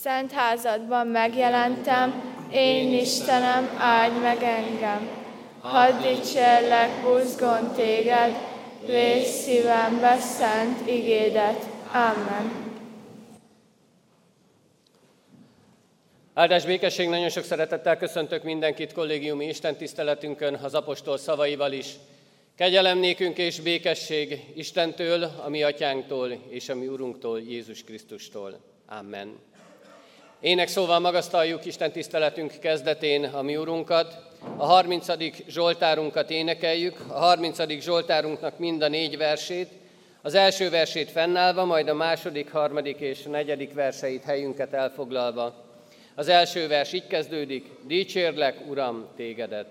Szent házadban megjelentem, én Istenem, áldj meg engem. Hadd dicsérlek buzgón téged, vész szívembe szent igédet. Amen. Áldás, békesség, nagyon sok szeretettel köszöntök mindenkit kollégiumi istentiszteletünkön az apostol szavaival is. Kegyelem nékünk és békesség Istentől, a mi atyánktól és a mi Urunktól, Jézus Krisztustól. Amen. Énekszóval magasztaljuk istentiszteletünk kezdetén a mi Urunkat. A 30. Zsoltárunkat énekeljük, a 30. Zsoltárunknak mind a 4 versét, az első versét fennállva, majd a második, harmadik és negyedik verseit helyünket elfoglalva. Az első vers így kezdődik: dicsérlek, Uram, tégedet.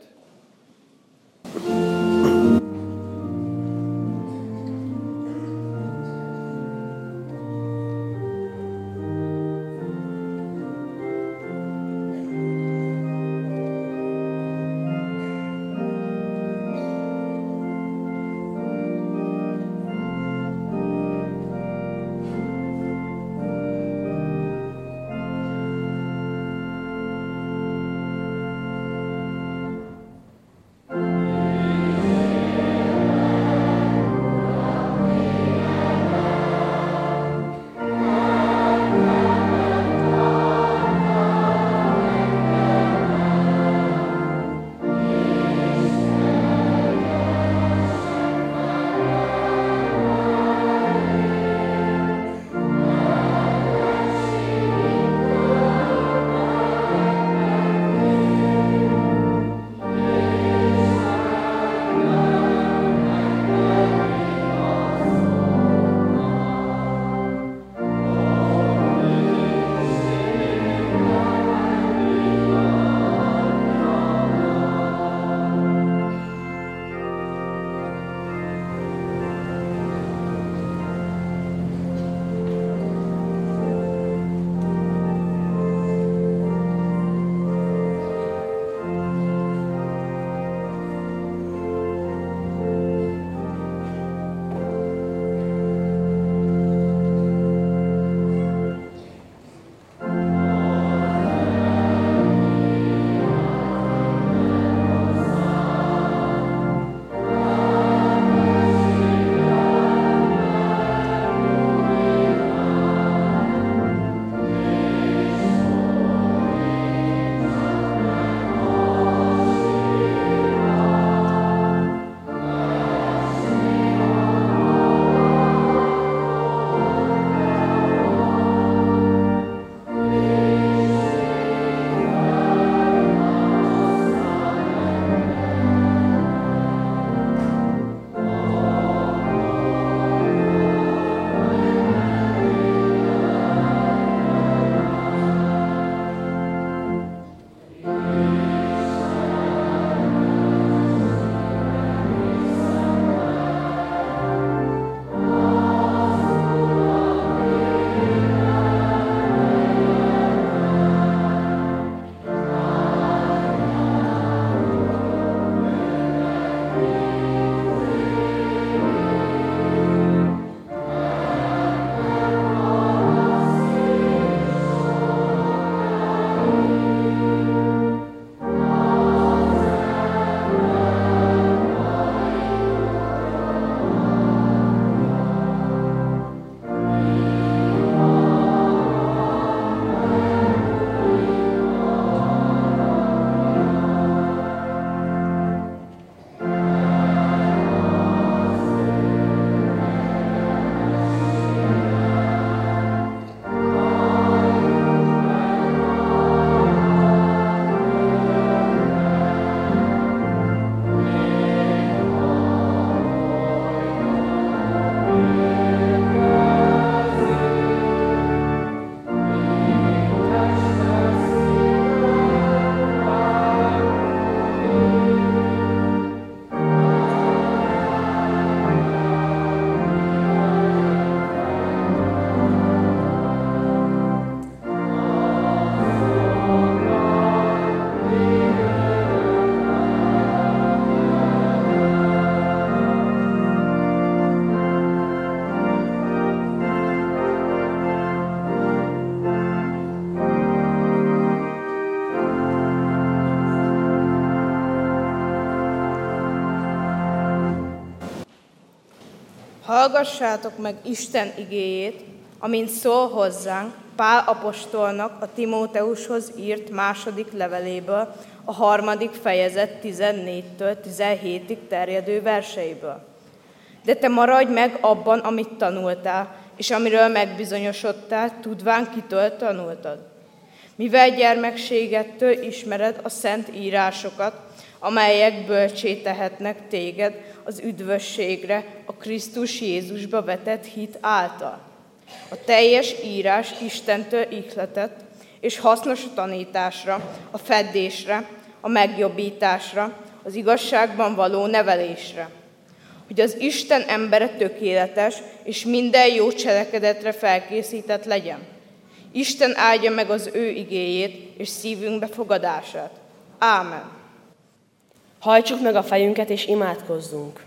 hallgassátok meg Isten igéjét, amint szól hozzánk Pál apostolnak a Timóteushoz írt második leveléből, a 3. fejezet 14-től 17-ig terjedő verseiből. De te maradj meg abban, amit tanultál, és amiről megbizonyosodtál, tudván, kitől tanultad. Mivel gyermekségettől ismered a szent írásokat, amelyek bölcsé tehetnek téged az üdvösségre a Krisztus Jézusba vetett hit által. A teljes írás Istentől ihletett, és hasznos a tanításra, a feddésre, a megjobbításra, az igazságban való nevelésre, hogy az Isten embere tökéletes, és minden jó cselekedetre felkészített legyen. Isten áldja meg az ő igéjét, és szívünkbe fogadását. Ámen. Hajtsuk meg a fejünket, és imádkozzunk.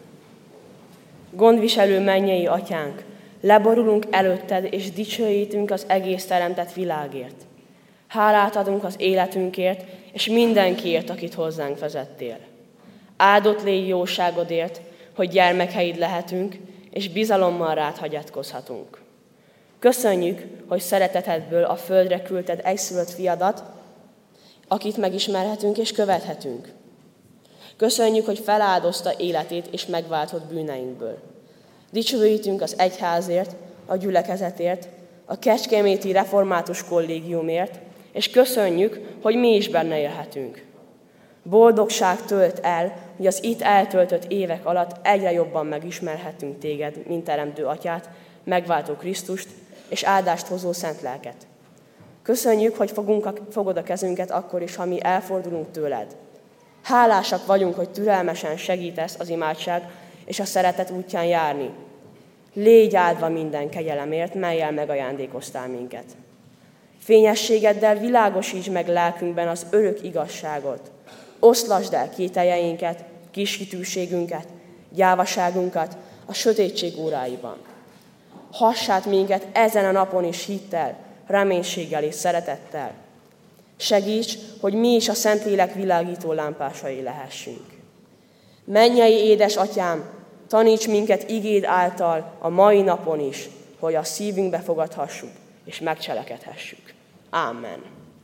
Gondviselő mennyei atyánk, leborulunk előtted, és dicsőítünk az egész teremtett világért. Hálát adunk az életünkért, és mindenkiért, akit hozzánk vezettél. Áldott légy jóságodért, hogy gyermekeid lehetünk, és bizalommal rád hagyatkozhatunk. Köszönjük, hogy szeretetedből a földre küldted egyszülött fiadat, akit megismerhetünk és követhetünk. Köszönjük, hogy feláldozta életét és megváltott bűneinkből. Dicsőítünk az egyházért, a gyülekezetért, a Kecskeméti Református Kollégiumért, és köszönjük, hogy mi is benne élhetünk. Boldogság tölt el, hogy az itt eltöltött évek alatt egyre jobban megismerhetünk téged, mint teremtő atyát, megváltó Krisztust és áldást hozó szent lelket. Köszönjük, hogy fogod a kezünket akkor is, ha mi elfordulunk tőled. Hálásak vagyunk, hogy türelmesen segítesz az imádság és a szeretet útján járni. Légy áldva minden kegyelemért, mellyel megajándékoztál minket. Fényességeddel világosíts meg lelkünkben az örök igazságot. Oszlasd el kételjeinket, kishitűségünket, gyávaságunkat a sötétség óráiban. Hassát minket ezen a napon is hittel, reménységgel és szeretettel. Segíts, hogy mi is a Szentlélek világító lámpásai lehessünk. Mennyei édes atyám, taníts minket igéd által a mai napon is, hogy a szívünkbe fogadhassuk és megcselekedhessük. Ámen.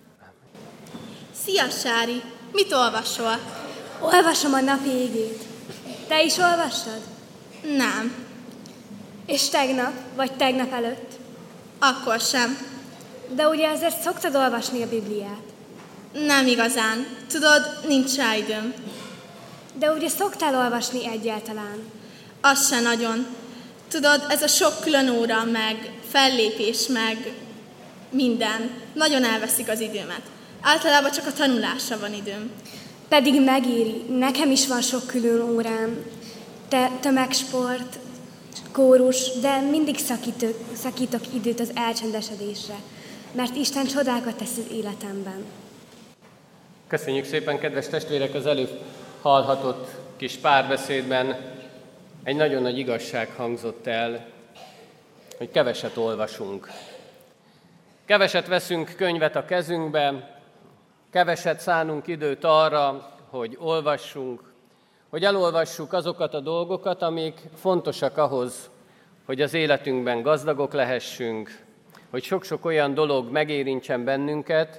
Szia, Sári! Mit olvasol? Olvasom a napi igét. Te is olvastad? Nem. És tegnap, vagy tegnap előtt? Akkor sem. De ugye azért szoktad olvasni a Bibliát? Nem igazán. Tudod, nincs rá időm. De ugye szoktál olvasni egyáltalán? Az se nagyon. Tudod, ez a sok külön óra, meg fellépés, meg minden. Nagyon elveszik az időmet. Általában csak a tanulásra van időm. Pedig megéri. Nekem is van sok külön órám. Te tömegsport, kórus, de mindig szakítok időt az elcsendesedésre, mert Isten csodákat tesz az életemben. Köszönjük szépen, kedves testvérek, az előbb hallhatott kis párbeszédben egy nagyon nagy igazság hangzott el, hogy keveset olvasunk. Keveset veszünk könyvet a kezünkbe, keveset szánunk időt arra, hogy olvassunk, hogy elolvassuk azokat a dolgokat, amik fontosak ahhoz, hogy az életünkben gazdagok lehessünk, hogy sok-sok olyan dolog megérintsen bennünket,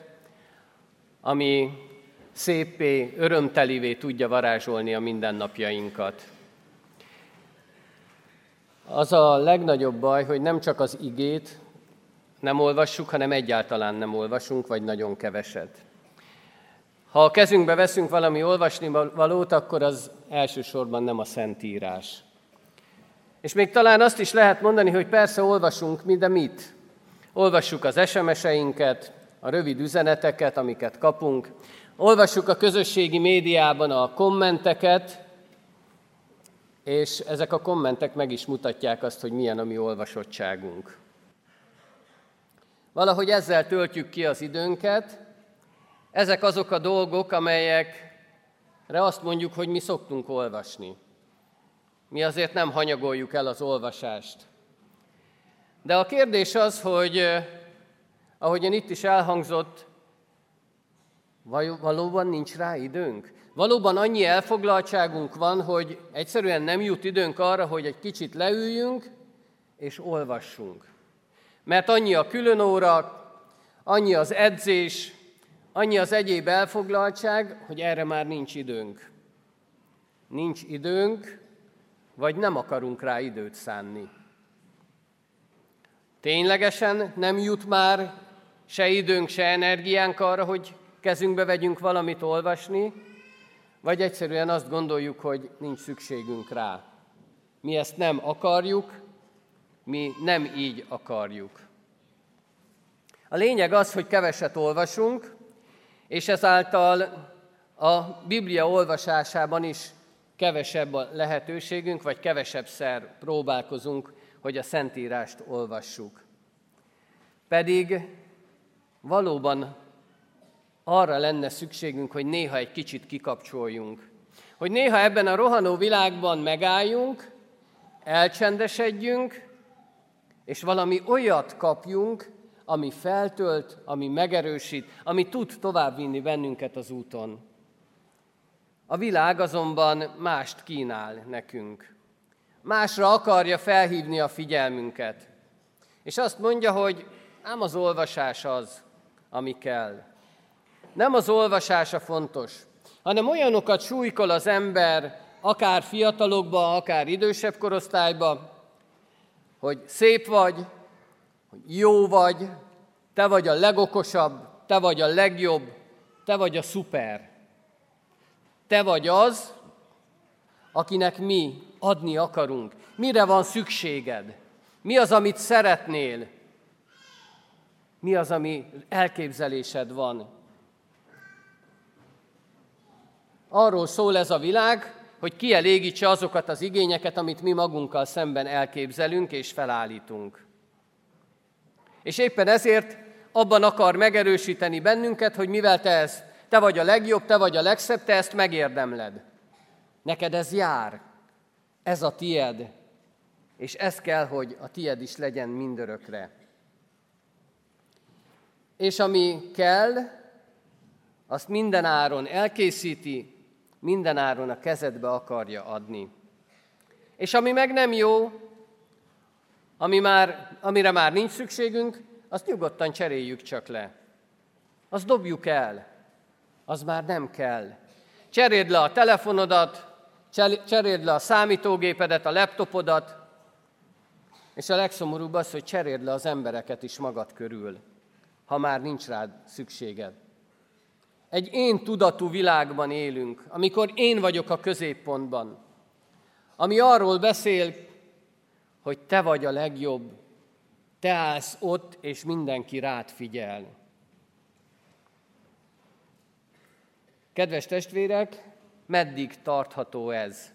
ami széppé, örömtelivé tudja varázsolni a mindennapjainkat. Az a legnagyobb baj, hogy nem csak az igét nem olvassuk, hanem egyáltalán nem olvasunk, vagy nagyon keveset. Ha a kezünkbe veszünk valami olvasni valót, akkor az elsősorban nem a Szentírás. És még talán azt is lehet mondani, hogy persze olvasunk, de mit? Olvassuk az SMS-einket, a rövid üzeneteket, amiket kapunk, olvassuk a közösségi médiában a kommenteket, és ezek a kommentek meg is mutatják azt, hogy milyen a mi olvasottságunk. Valahogy ezzel töltjük ki az időnket. Ezek azok a dolgok, amelyekre azt mondjuk, hogy mi szoktunk olvasni. Mi azért nem hanyagoljuk el az olvasást. De a kérdés az, hogy ahogyan itt is elhangzott, valóban nincs rá időnk? Valóban annyi elfoglaltságunk van, hogy egyszerűen nem jut időnk arra, hogy egy kicsit leüljünk, és olvassunk. Mert annyi a különóra, annyi az edzés, annyi az egyéb elfoglaltság, hogy erre már nincs időnk. Nincs időnk, vagy nem akarunk rá időt szánni. Ténylegesen nem jut már se időnk, se energiánk arra, hogy kezünkbe vegyünk valamit olvasni, vagy egyszerűen azt gondoljuk, hogy nincs szükségünk rá. Mi ezt nem akarjuk, mi nem így akarjuk. A lényeg az, hogy keveset olvasunk, és ezáltal a Biblia olvasásában is kevesebb a lehetőségünk, vagy kevesebbszer próbálkozunk, hogy a Szentírást olvassuk. Pedig valóban arra lenne szükségünk, hogy néha egy kicsit kikapcsoljunk. Hogy néha ebben a rohanó világban megálljunk, elcsendesedjünk, és valami olyat kapjunk, ami feltölt, ami megerősít, ami tud továbbvinni bennünket az úton. A világ azonban mást kínál nekünk. Másra akarja felhívni a figyelmünket. És azt mondja, hogy ám az olvasás az, ami kell. Nem az olvasás a fontos, hanem olyanokat súlykol az ember, akár fiatalokba, akár idősebb korosztályba, hogy szép vagy, hogy jó vagy, te vagy a legokosabb, te vagy a legjobb, te vagy a szuper. Te vagy az, akinek mi adni akarunk. Mire van szükséged? Mi az, amit szeretnél? Mi az, ami elképzelésed van? Arról szól ez a világ, hogy kielégítse azokat az igényeket, amit mi magunkkal szemben elképzelünk és felállítunk. És éppen ezért abban akar megerősíteni bennünket, hogy mivel te vagy a legjobb, te vagy a legszebb, te ezt megérdemled. Neked ez jár, ez a tied, és ez kell, hogy a tied is legyen mindörökre. És ami kell, azt mindenáron elkészíti, mindenáron a kezedbe akarja adni. És ami meg nem jó, amire már nincs szükségünk, azt nyugodtan cseréljük csak le. Azt dobjuk el, az már nem kell. Cseréld le a telefonodat, cseréld le a számítógépedet, a laptopodat, és a legszomorúbb az, hogy cseréld le az embereket is magad körül, ha már nincs rád szükséged. Egy én tudatú világban élünk, amikor én vagyok a középpontban, ami arról beszél, hogy te vagy a legjobb, te állsz ott, és mindenki rád figyel. Kedves testvérek, meddig tartható ez?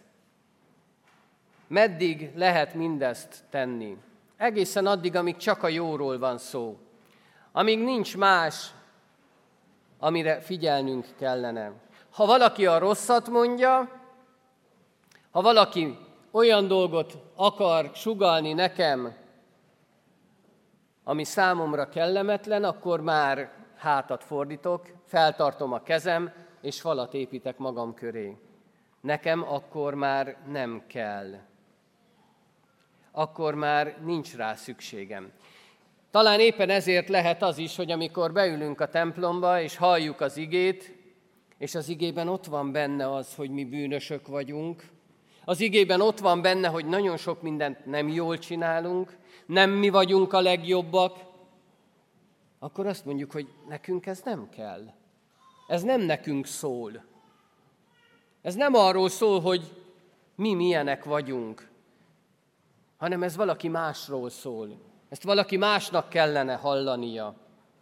Meddig lehet mindezt tenni? Egészen addig, amíg csak a jóról van szó. Amíg nincs más, amire figyelnünk kellene. Ha valaki a rosszat mondja, ha valaki olyan dolgot akar sugallni nekem, ami számomra kellemetlen, akkor már hátat fordítok, feltartom a kezem, és falat építek magam köré. Nekem akkor már nem kell. Akkor már nincs rá szükségem. Talán éppen ezért lehet az is, hogy amikor beülünk a templomba, és halljuk az igét, és az igében ott van benne az, hogy mi bűnösök vagyunk, az igében ott van benne, hogy nagyon sok mindent nem jól csinálunk, nem mi vagyunk a legjobbak, akkor azt mondjuk, hogy nekünk ez nem kell. Ez nem nekünk szól. Ez nem arról szól, hogy mi milyenek vagyunk, hanem ez valaki másról szól. Ezt valaki másnak kellene hallania.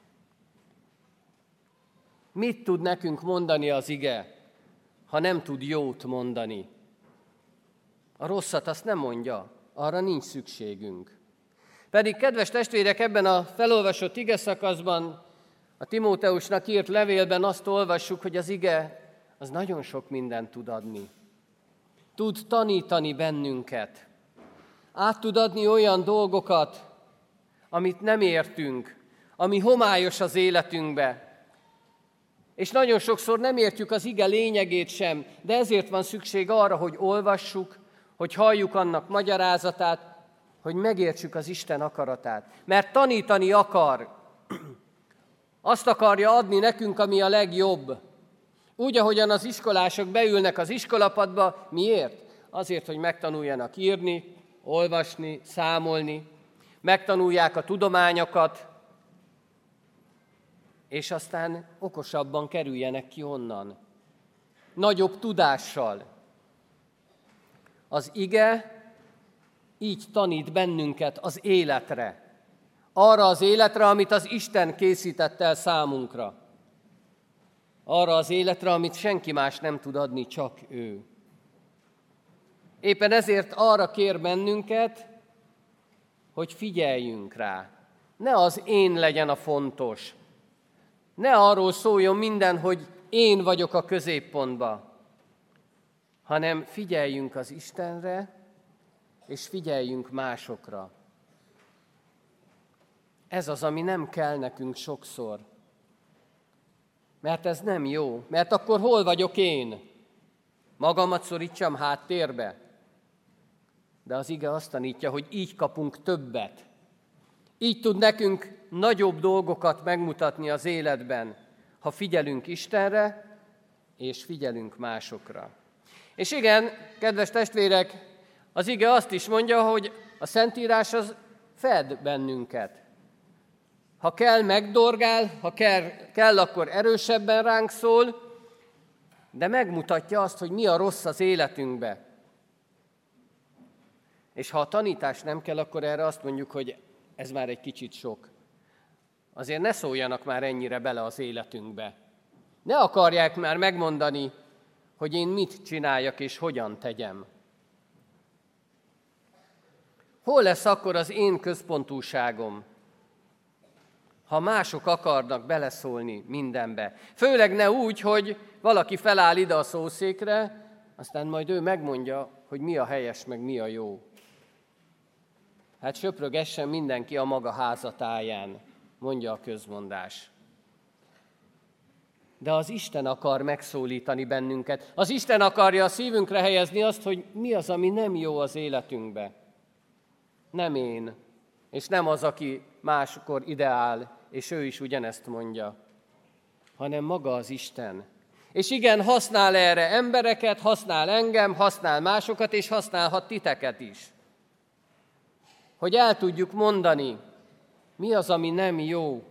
Mit tud nekünk mondani az ige, ha nem tud jót mondani? A rosszat azt nem mondja, arra nincs szükségünk. Pedig, kedves testvérek, ebben a felolvasott ige szakaszban, a Timóteusnak írt levélben azt olvassuk, hogy az ige az nagyon sok mindent tud adni. Tud tanítani bennünket. Át tud adni olyan dolgokat, amit nem értünk, ami homályos az életünkbe. És nagyon sokszor nem értjük az ige lényegét sem, de ezért van szükség arra, hogy olvassuk, hogy halljuk annak magyarázatát, hogy megértsük az Isten akaratát. Mert tanítani akar. Azt akarja adni nekünk, ami a legjobb. Úgy, ahogyan az iskolások beülnek az iskolapadba. Miért? Azért, hogy megtanuljanak írni, olvasni, számolni, megtanulják a tudományokat, és aztán okosabban kerüljenek ki onnan. Nagyobb tudással. Az ige így tanít bennünket az életre. Arra az életre, amit az Isten készített el számunkra. Arra az életre, amit senki más nem tud adni, csak ő. Éppen ezért arra kér bennünket, hogy figyeljünk rá. Ne az én legyen a fontos. Ne arról szóljon minden, hogy én vagyok a középpontban, hanem figyeljünk az Istenre, és figyeljünk másokra. Ez az, ami nem kell nekünk sokszor. Mert ez nem jó. Mert akkor hol vagyok én? Magamat szorítsam háttérbe? De az ige azt tanítja, hogy így kapunk többet. Így tud nekünk nagyobb dolgokat megmutatni az életben, ha figyelünk Istenre, és figyelünk másokra. És igen, kedves testvérek, az ige azt is mondja, hogy a Szentírás az fed bennünket. Ha kell, megdorgál, ha kell, akkor erősebben ránk szól, de megmutatja azt, hogy mi a rossz az életünkbe. És ha a tanítás nem kell, akkor erre azt mondjuk, hogy ez már egy kicsit sok. Azért ne szóljanak már ennyire bele az életünkbe. Ne akarják már megmondani, hogy én mit csináljak és hogyan tegyem. Hol lesz akkor az én központúságom, ha mások akarnak beleszólni mindenbe? Főleg ne úgy, hogy valaki feláll ide a szószékre, aztán majd ő megmondja, hogy mi a helyes, meg mi a jó. Hát söprögessen mindenki a maga házatáján, mondja a közmondás. De az Isten akar megszólítani bennünket. Az Isten akarja a szívünkre helyezni azt, hogy mi az, ami nem jó az életünkbe. Nem én, és nem az, aki máskor ideál, és ő is ugyanezt mondja, hanem maga az Isten. És igen, használ erre embereket, használ engem, használ másokat, és használhat titeket is. Hogy el tudjuk mondani, mi az, ami nem jó.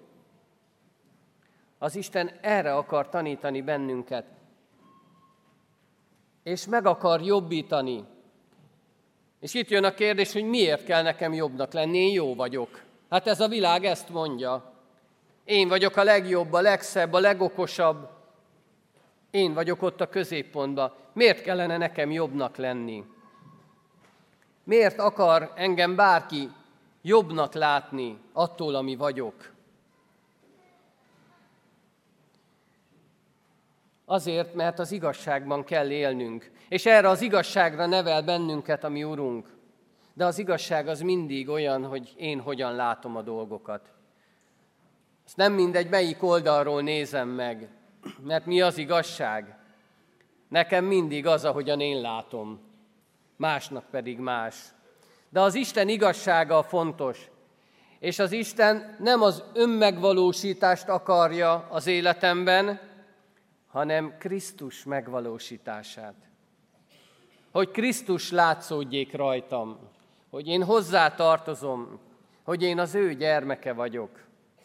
Az Isten erre akar tanítani bennünket, és meg akar jobbítani. És itt jön a kérdés, hogy miért kell nekem jobbnak lenni, én jó vagyok. Hát ez a világ ezt mondja. Én vagyok a legjobb, a legszebb, a legokosabb. Én vagyok ott a középpontban. Miért kellene nekem jobbnak lenni? Miért akar engem bárki jobbnak látni attól, ami vagyok? Azért, mert az igazságban kell élnünk, és erre az igazságra nevel bennünket a mi Urunk. De az igazság az mindig olyan, hogy én hogyan látom a dolgokat. Ezt nem mindegy, melyik oldalról nézem meg, mert mi az igazság? Nekem mindig az, ahogyan én látom, másnak pedig más. De az Isten igazsága a fontos, és az Isten nem az önmegvalósítást akarja az életemben, hanem Krisztus megvalósítását. Hogy Krisztus látszódjék rajtam, hogy én hozzá tartozom, hogy én az ő gyermeke vagyok.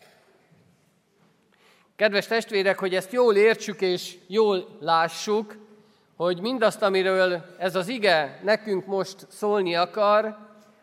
Kedves testvérek, hogy ezt jól értsük és jól lássuk, hogy mindazt, amiről ez az ige nekünk most szólni akar,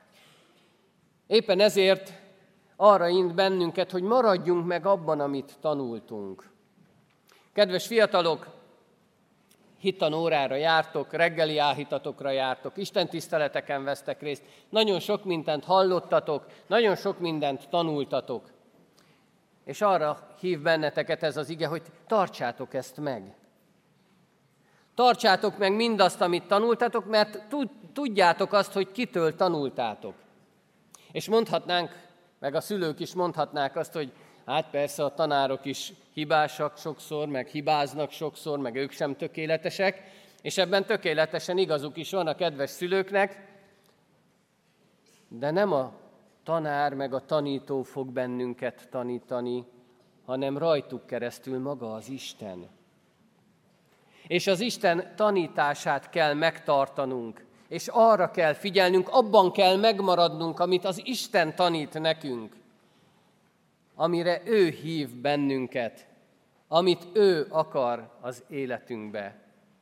éppen ezért arra int bennünket, hogy maradjunk meg abban, amit tanultunk. Kedves fiatalok, hittanórára jártok, reggeli áhítatokra jártok, istentiszteleteken vesztek részt, nagyon sok mindent hallottatok, nagyon sok mindent tanultatok. És arra hív benneteket ez az ige, hogy tartsátok ezt meg. Tartsátok meg mindazt, amit tanultatok, mert tudjátok azt, hogy kitől tanultátok. És mondhatnánk, meg a szülők is mondhatnák azt, hogy hát persze a tanárok is hibásak sokszor, meg hibáznak sokszor, meg ők sem tökéletesek, és ebben tökéletesen igazuk is van a kedves szülőknek, de nem a tanár meg a tanító fog bennünket tanítani, hanem rajtuk keresztül maga az Isten. És az Isten tanítását kell megtartanunk, és arra kell figyelnünk, abban kell megmaradnunk, amit az Isten tanít nekünk, amire ő hív bennünket, amit ő akar az életünkbe.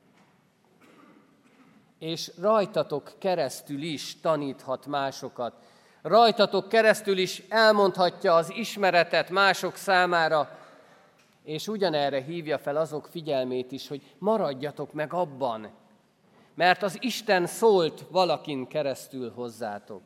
És rajtatok keresztül is taníthat másokat. Rajtatok keresztül is elmondhatja az ismeretet mások számára, és ugyanerre hívja fel azok figyelmét is, hogy maradjatok meg abban, mert az Isten szólt valakin keresztül hozzátok.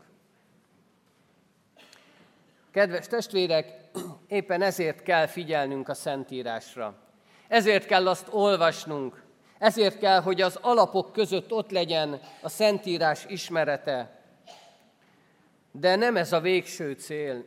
Kedves testvérek, éppen ezért kell figyelnünk a Szentírásra. Ezért kell azt olvasnunk, ezért kell, hogy az alapok között ott legyen a Szentírás ismerete. De nem ez a végső cél.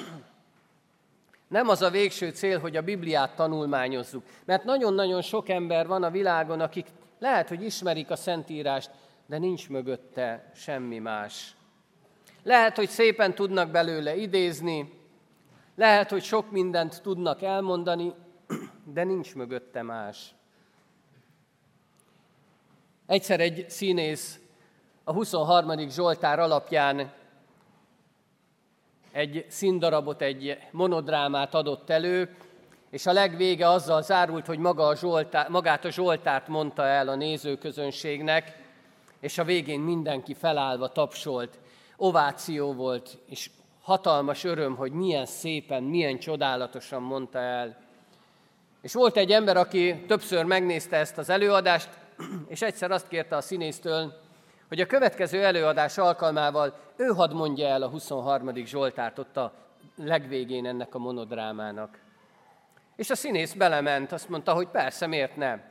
Nem az a végső cél, hogy a Bibliát tanulmányozzuk. Mert nagyon-nagyon sok ember van a világon, akik lehet, hogy ismerik a Szentírást, de nincs mögötte semmi más. Lehet, hogy szépen tudnak belőle idézni, lehet, hogy sok mindent tudnak elmondani, de nincs mögötte más. Egyszer egy színész a 23. Zsoltár alapján egy színdarabot, egy monodrámát adott elő, és a legvége azzal zárult, hogy magát a Zsoltárt mondta el a nézőközönségnek, és a végén mindenki felállva tapsolt. Ováció volt, és hatalmas öröm, hogy milyen szépen, milyen csodálatosan mondta el. És volt egy ember, aki többször megnézte ezt az előadást, és egyszer azt kérte a színésztől, hogy a következő előadás alkalmával ő hadd mondja el a 23. Zsoltárt ott a legvégén ennek a monodrámának. És a színész belement, azt mondta, hogy persze, miért nem.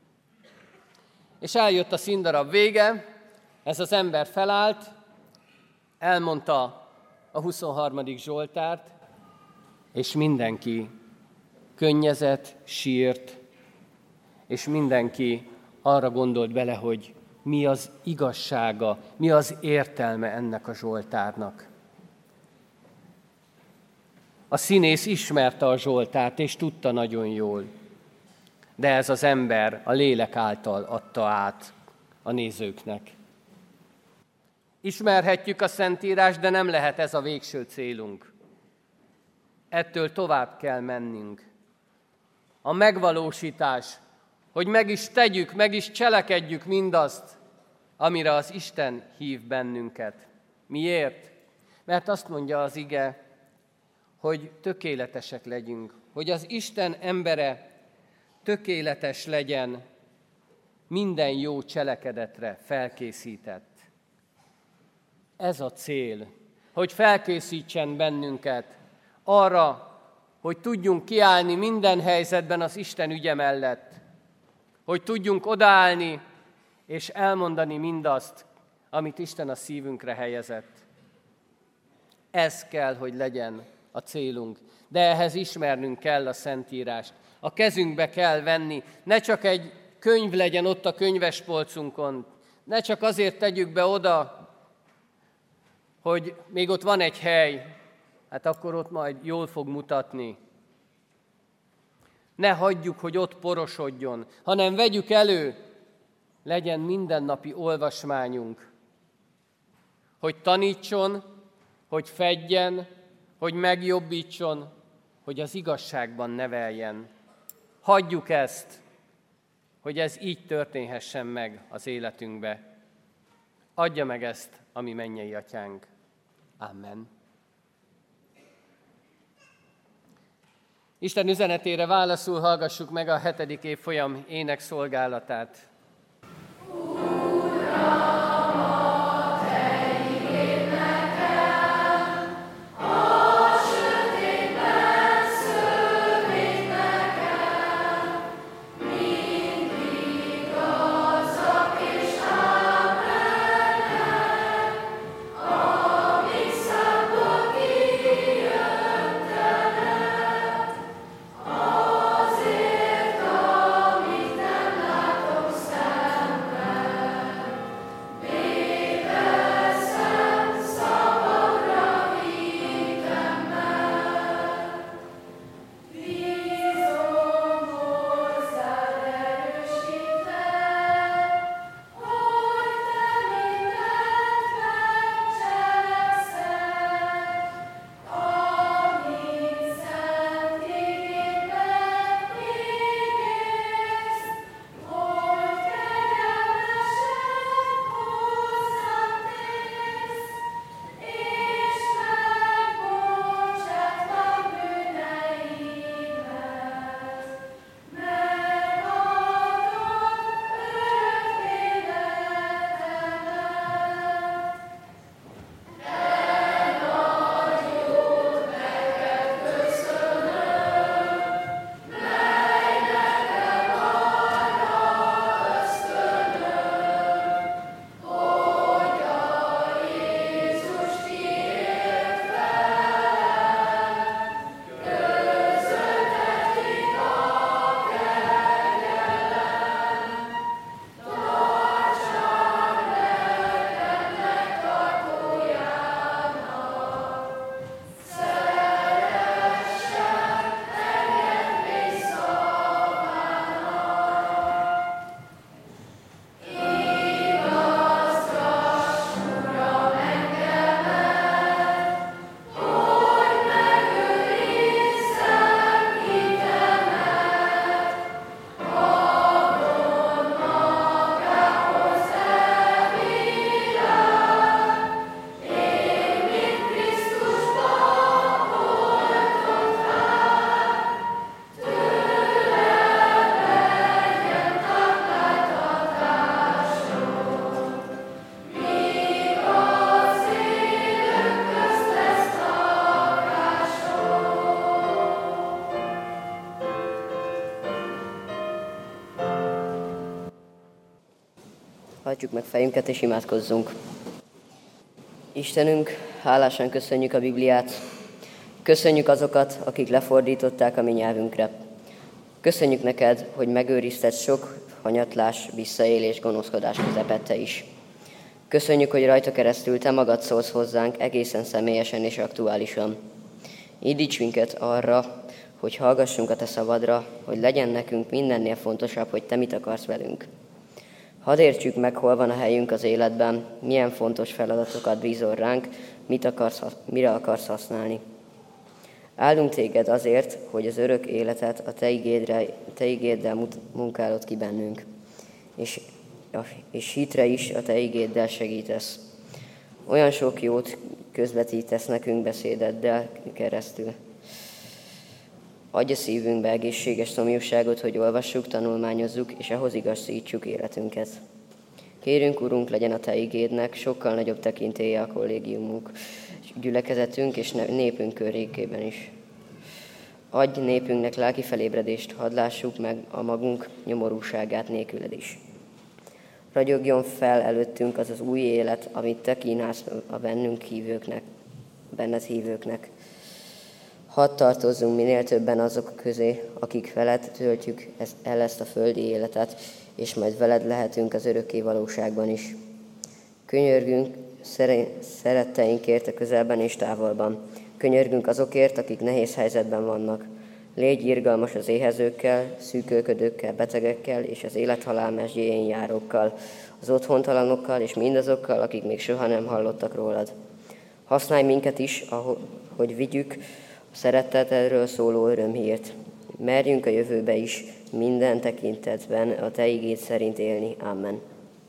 És eljött a színdarab vége, ez az ember felállt, elmondta a 23. Zsoltárt, és mindenki könnyezett, sírt, és mindenki arra gondolt bele, hogy mi az igazsága, mi az értelme ennek a Zsoltárnak. A színész ismerte a Zsoltárt, és tudta nagyon jól, de ez az ember a lélek által adta át a nézőknek. Ismerhetjük a Szentírást, de nem lehet ez a végső célunk. Ettől tovább kell mennünk. A megvalósítás, hogy meg is tegyük, meg is cselekedjük mindazt, amire az Isten hív bennünket. Miért? Mert azt mondja az ige, hogy tökéletesek legyünk, hogy az Isten embere tökéletes legyen, minden jó cselekedetre felkészített. Ez a cél, hogy felkészítsen bennünket arra, hogy tudjunk kiállni minden helyzetben az Isten ügye mellett, hogy tudjunk odaállni és elmondani mindazt, amit Isten a szívünkre helyezett. Ez kell, hogy legyen a célunk, de ehhez ismernünk kell a Szentírást. A kezünkbe kell venni, ne csak egy könyv legyen ott a könyvespolcunkon, ne csak azért tegyük be oda, hogy még ott van egy hely, hát akkor ott majd jól fog mutatni. Ne hagyjuk, hogy ott porosodjon, hanem vegyük elő, legyen mindennapi olvasmányunk, hogy tanítson, hogy fedjen, hogy megjobbítson, hogy az igazságban neveljen. Hagyjuk ezt, hogy ez így történhessen meg az életünkbe. Adja meg ezt a mi mennyei Atyánk. Amen. Isten üzenetére válaszul hallgassuk meg a 7. évfolyam énekszolgálatát. Azért, amit nem látok Hajtsuk meg fejünket és imádkozzunk. Istenünk, hálásan köszönjük a Bibliát. Köszönjük azokat, akik lefordították a mi nyelvünkre. Köszönjük neked, hogy megőrizted sok hanyatlás, visszaélés, gonoszkodás közepette is. Köszönjük, hogy rajta keresztül te magad szólsz hozzánk egészen személyesen és aktuálisan. Indíts minket arra, hogy hallgassunk a te szabadra, hogy legyen nekünk mindennél fontosabb, hogy te mit akarsz velünk. Hadd értsük meg, hol van a helyünk az életben, milyen fontos feladatokat bízol ránk, mire akarsz használni. Áldunk téged azért, hogy az örök életet a te igéddel munkálod ki bennünk, és hitre is a te igéddel segítesz. Olyan sok jót közvetítesz nekünk beszédeddel keresztül. Adj a szívünkbe egészséges szomjúságot, hogy olvassuk, tanulmányozzuk, és ahhoz igazítsuk életünket. Kérünk, Urunk, legyen a te igédnek sokkal nagyobb tekintélye a kollégiumunk, gyülekezetünk és népünk körékében is. Adj népünknek lelki felébredést, hadd lássuk meg a magunk nyomorúságát nélküled is. Ragyogjon fel előttünk az az új élet, amit te kínálsz a benned hívőknek. Hadd tartozzunk minél többen azok közé, akik veled töltjük el ezt a földi életet, és majd veled lehetünk az örökké valóságban is. Könyörgünk szeretteinkért a közelben és távolban. Könyörgünk azokért, akik nehéz helyzetben vannak. Légy irgalmas az éhezőkkel, szűkölködőkkel, betegekkel és az élethalál mesdjéjén járókkal, az otthontalanokkal és mindazokkal, akik még soha nem hallottak rólad. Használj minket is, hogy vigyük a szeretetedről szóló örömhírt. Merjünk a jövőbe is minden tekintetben a te igéd szerint élni. Amen.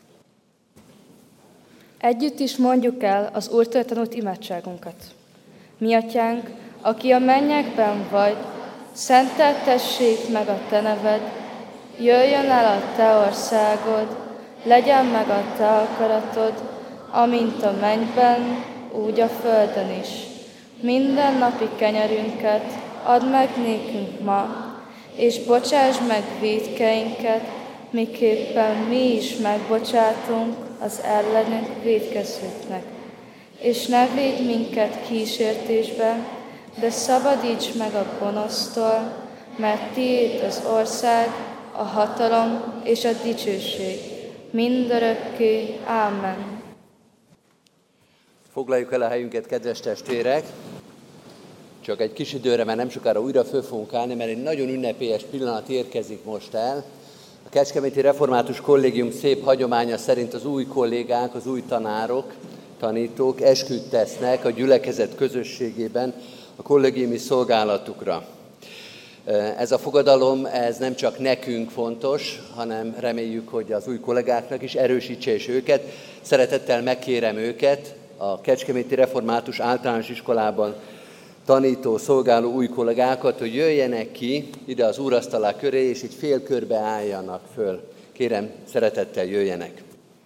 Együtt is mondjuk el az Úrtól tanult imádságunkat. Mi atyánk, aki a mennyekben vagy, szenteltessék meg a te neved, jöjjön el a te országod, legyen meg a te akaratod, amint a mennyben, úgy a földön is. Minden napi kenyerünket add meg nékünk ma, és bocsáss meg vétkeinket, miképpen mi is megbocsátunk az ellenünk vétkezőknek. És ne védj minket kísértésbe, de szabadíts meg a gonosztól, mert tiéd az ország, a hatalom és a dicsőség, mindörökké. Ámen. Foglaljuk el a helyünket, kedves testvérek! Csak egy kis időre, mert nem sokára újra föl fogunk állni, mert egy nagyon ünnepélyes pillanat érkezik most el. A Kecskeméti Református Kollégium szép hagyománya szerint az új kollégák, az új tanárok, tanítók esküt tesznek a gyülekezet közösségében a kollégiumi szolgálatukra. Ez a fogadalom, ez nem csak nekünk fontos, hanem reméljük, hogy az új kollégáknak is erősítse is őket. Szeretettel megkérem őket, a Kecskeméti Református Általános Iskolában tanító, szolgáló új kollégákat, hogy jöjjenek ki ide az úrasztalá köré, és így félkörbe álljanak föl. Kérem, szeretettel jöjjenek.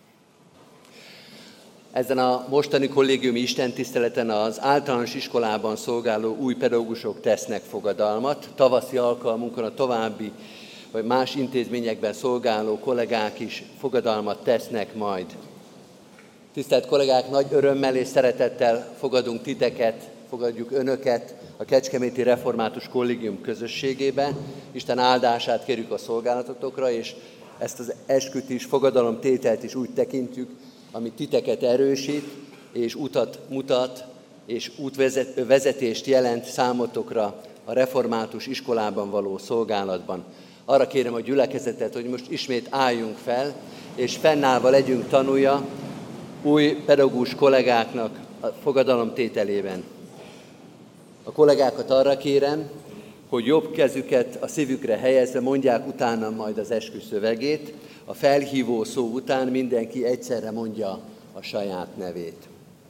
Ezen a mostani kollégiumi istentiszteleten az általános iskolában szolgáló új pedagógusok tesznek fogadalmat. Tavaszi alkalmunkon a további vagy más intézményekben szolgáló kollégák is fogadalmat tesznek majd. Tisztelt kollégák, nagy örömmel és szeretettel fogadunk titeket, fogadjuk önöket a Kecskeméti Református Kollégium közösségébe. Isten áldását kérjük a szolgálatotokra, és ezt az esküt is, fogadalomtételt is úgy tekintjük, ami titeket erősít, és utat mutat, és útvezetést jelent számotokra a református iskolában való szolgálatban. Arra kérem a gyülekezetet, hogy most ismét álljunk fel, és fennállva legyünk tanúja új pedagógus kollégáknak a fogadalomtételében. A kollégákat arra kérem, hogy jobb kezüket a szívükre helyezve mondják utána majd az eskü szövegét. A felhívó szó után mindenki egyszerre mondja a saját nevét.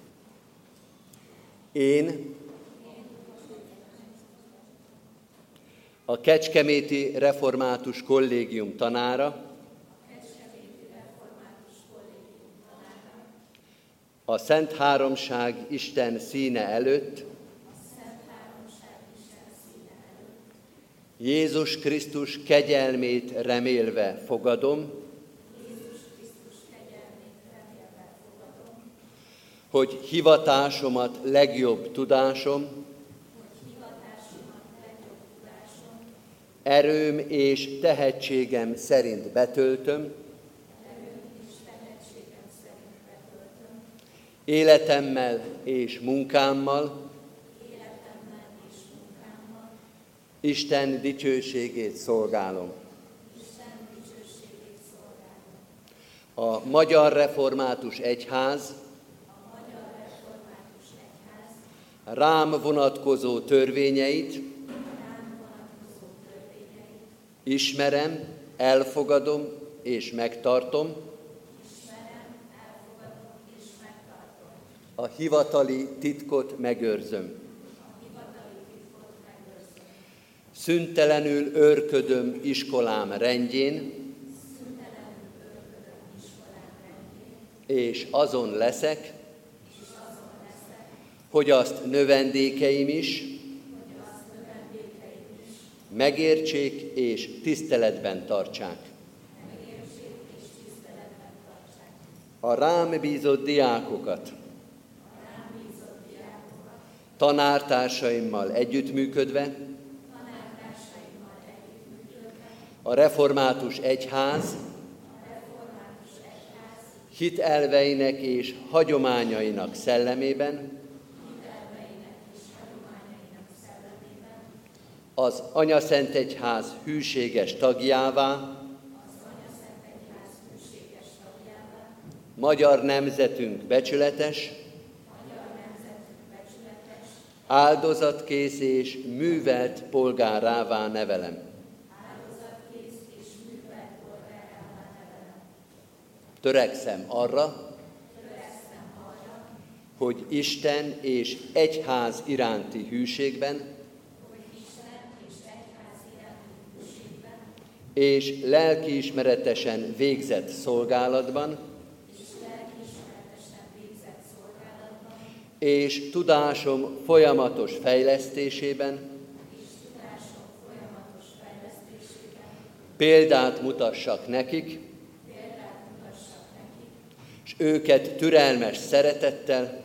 Én a Kecskeméti Református Kollégium tanára, a Szent Háromság Isten színe előtt, Jézus Krisztus kegyelmét remélve fogadom, hogy hivatásomat legjobb tudásom, erőm és tehetségem szerint betöltöm, életemmel és munkámmal Isten dicsőségét szolgálom. A Magyar Református Egyház rám vonatkozó törvényeit ismerem, elfogadom és megtartom. A hivatali titkot megőrzöm. Szüntelenül őrködöm iskolám rendjén, és azon leszek, hogy azt növendékeim is megértsék és tiszteletben tartsák. A rám bízott diákokat tanártársaimmal együttműködve a Református Egyház hitelveinek és hagyományainak szellemében az Anyaszentegyház hűséges tagjává, magyar nemzetünk becsületes, áldozatkész és művelt polgárává nevelem. Törekszem arra, hogy Isten és egyház iránti hűségben és lelkiismeretesen végzett szolgálatban és tudásom folyamatos fejlesztésében példát mutassak nekik, és őket türelmes szeretettel,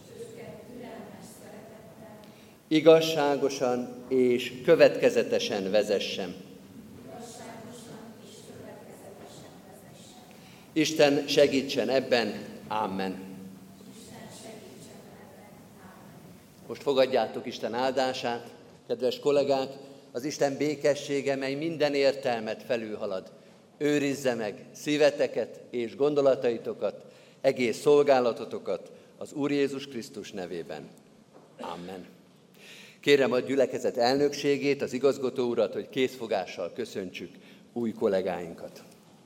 igazságosan és következetesen vezessem. Isten segítsen ebben, Amen. Most fogadjátok Isten áldását, kedves kollégák, az Isten békessége, mely minden értelmet felülhalad, őrizze meg szíveteket és gondolataitokat, egész szolgálatotokat az Úr Jézus Krisztus nevében. Amen. Kérem a gyülekezet elnökségét, az igazgató urat, hogy készfogással köszöntsük új kollégáinkat.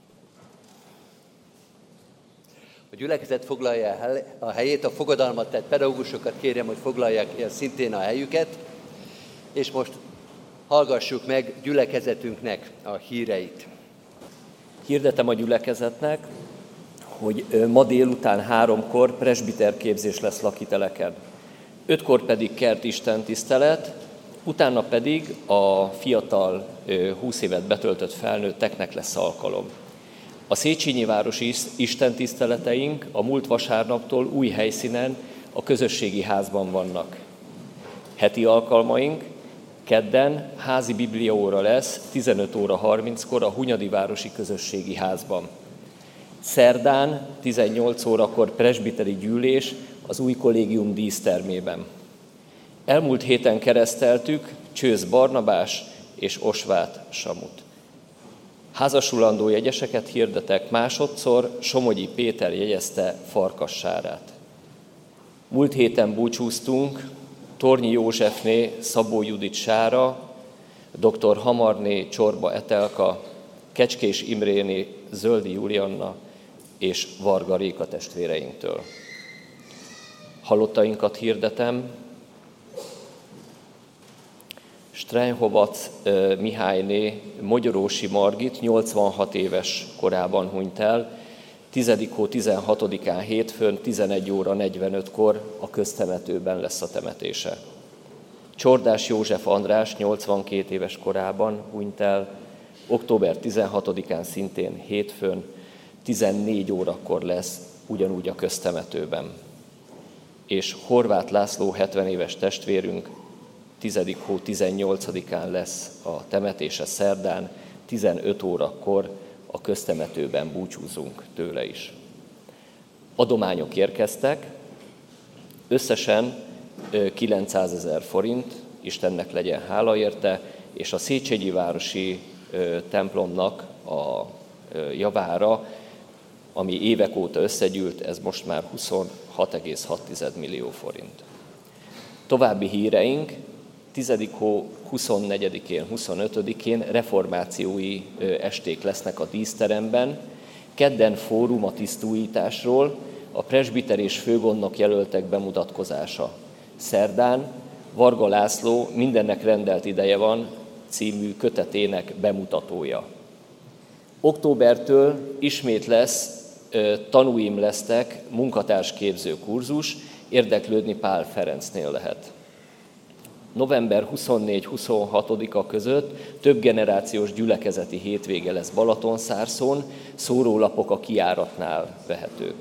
A gyülekezet foglalja a helyét, a fogadalmat tett pedagógusokat kérem, hogy foglalják el szintén a helyüket, és most hallgassuk meg gyülekezetünknek a híreit. Hirdetem a gyülekezetnek, hogy ma délután 3-kor presbiterképzés lesz lakiteleken. 5-kor pedig kert istentisztelet, utána pedig a fiatal 20 évet betöltött felnőtteknek lesz alkalom. A Széchenyi városi istentiszteleteink a múlt vasárnaptól új helyszínen, a közösségi házban vannak. Heti alkalmaink kedden házi bibliaóra lesz 15 óra 30-kor a Hunyadi városi közösségi házban. Szerdán 18 órakor presbiteri gyűlés az új kollégium dísztermében. Elmúlt héten kereszteltük Csősz Barnabás és Osvát Samut. Házasulandó jegyeseket hirdetek, másodszor Somogyi Péter jegyezte Farkassárát. Múlt héten búcsúztunk Tornyi Józsefné Szabó Judit Sára, dr. Hamarné Csorba Etelka, Kecskés Imréné Zöldi Julianna és Varga Réka testvéreinktől. Halottainkat hirdetem, Streinhovac Mihályné Mogyorósi Margit 86 éves korában hunyt el, 10. hó 16-án hétfőn 11 óra 45-kor a köztemetőben lesz a temetése. Csordás József András 82 éves korában hunyt el, október 16-án szintén hétfőn 14 órakor lesz ugyanúgy a köztemetőben. és Horváth László 70 éves testvérünk 10. hó 18-án lesz a temetése szerdán, 15 órakor a köztemetőben búcsúzunk tőle is. Adományok érkeztek, összesen 900 000 forint, Istennek legyen hála érte, és a Széchenyi városi templomnak a javára, ami évek óta összegyűlt, ez most már 26,6 millió forint. További híreink: 10. hó 24-én, 25-én reformációi esték lesznek a díszteremben, kedden fórum a tisztújításról, a presbiter és főgondnok jelöltek bemutatkozása. Szerdán Varga László Mindennek rendelt ideje van című kötetének bemutatója. Októbertől ismét lesz tanúim lesztek munkatársképző kurzus, érdeklődni Pál Ferencnél lehet. November 24-26-a között több generációs gyülekezeti hétvége lesz Balatonszárszón, szórólapok a kijáratnál vehetők.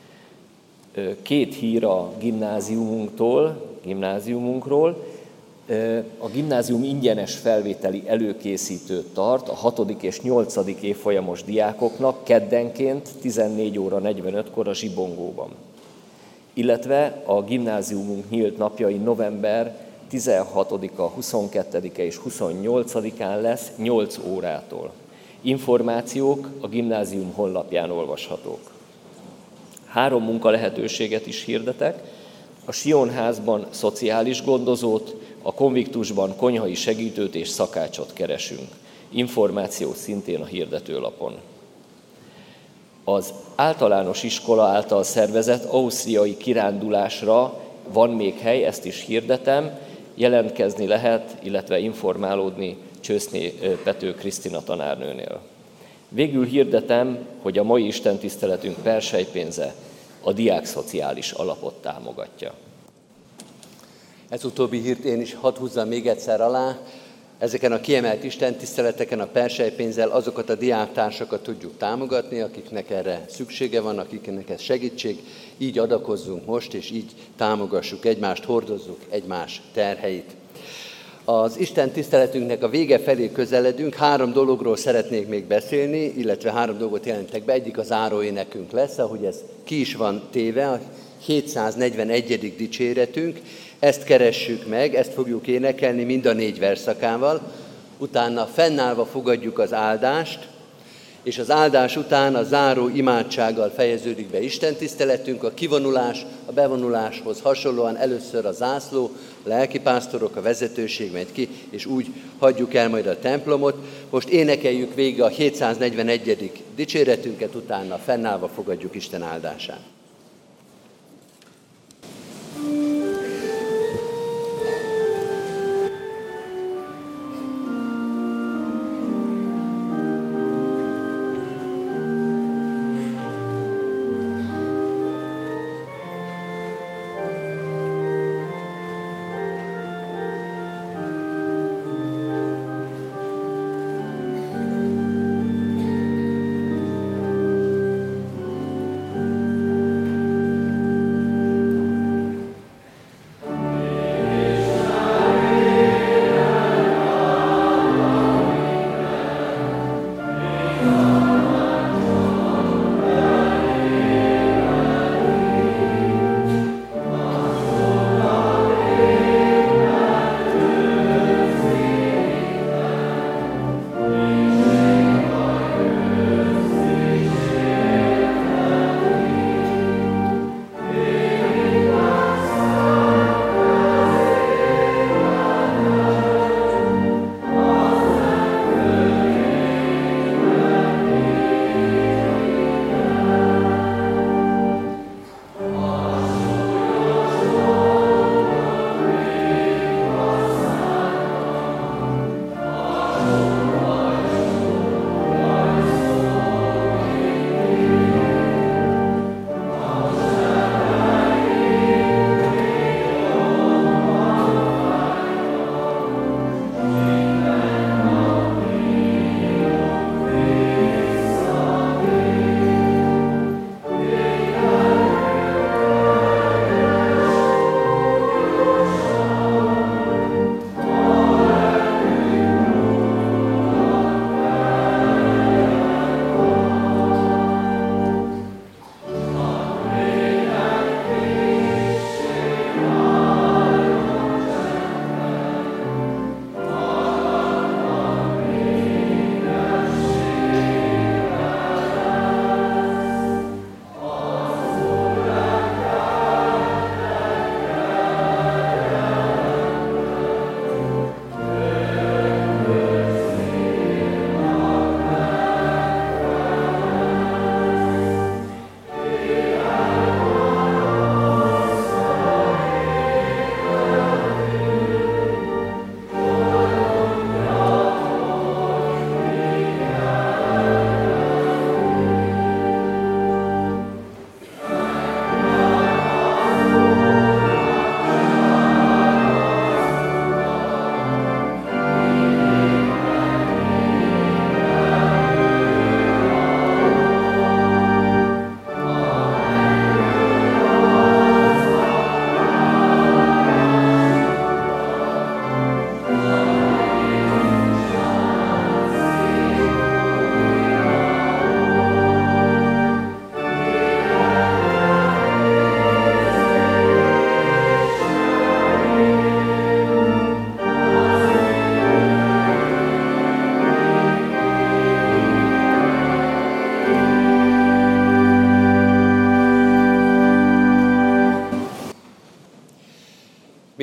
2 hír a gimnáziumunkról. A gimnázium ingyenes felvételi előkészítőt tart a 6. és 8. évfolyamos diákoknak keddenként 14 óra 45-kor a Zsibongóban. Illetve a gimnáziumunk nyílt napjai november 16-a, 22-e és 28-án lesz 8 órától. Információk a gimnázium honlapján olvashatók. 3 munkalehetőséget is hirdetek. A Sionházban szociális gondozót, a Konviktusban konyhai segítőt és szakácsot keresünk. Információ szintén a hirdetőlapon. Az általános iskola által szervezett ausztriai kirándulásra van még hely, ezt is hirdetem, jelentkezni lehet, illetve informálódni Csőszné Pető Krisztina tanárnőnél. Végül hirdetem, hogy a mai istentiszteletünk perselypénze a Diák Szociális Alapot támogatja. Ez utóbbi hírt én is hadd húzzam még egyszer alá. Ezeken a kiemelt istentiszteleteken a perselypénzzel azokat a diáktársakat tudjuk támogatni, akiknek erre szüksége van, akiknek ez segítség. Így adakozzunk most, és így támogassuk egymást, hordozzuk egymás terheit. Az Isten tiszteletünknek a vége felé közeledünk, 3 dologról szeretnék még beszélni, illetve 3 dolgot jelentek be. Egyik az záróénekünk lesz, ahogy ez ki is van téve, a 741. dicséretünk. Ezt keressük meg, ezt fogjuk énekelni mind a 4 versszakával. Utána fennállva fogadjuk az áldást, és az áldás után a záró imádsággal fejeződik be istentiszteletünk. A kivonulás, a bevonuláshoz hasonlóan először a zászló, a lelkipásztorok, a vezetőség megy ki, és úgy hagyjuk el majd a templomot. Most énekeljük végig a 741. dicséretünket, utána fennállva fogadjuk Isten áldását.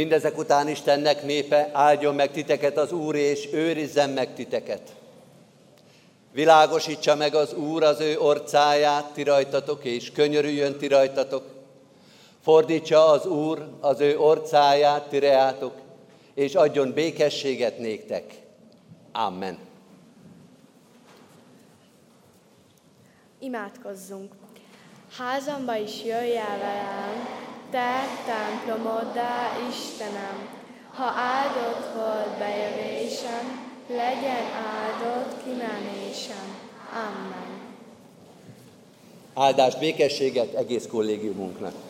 Mindezek után Istennek népe, áldjon meg titeket az Úr, és őrizzen meg titeket. Világosítsa meg az Úr az ő orcáját ti rajtatok, és könyörüljön ti rajtatok. Fordítsa az Úr az ő orcáját ti reátok, és adjon békességet néktek. Amen. Imádkozzunk! Házamba is jöjj el velem, te templomoddá, Istenem, ha áldott volt bejövésem, legyen áldott kimenésem. Amen. Áldást, békességet egész kollégiumunknak.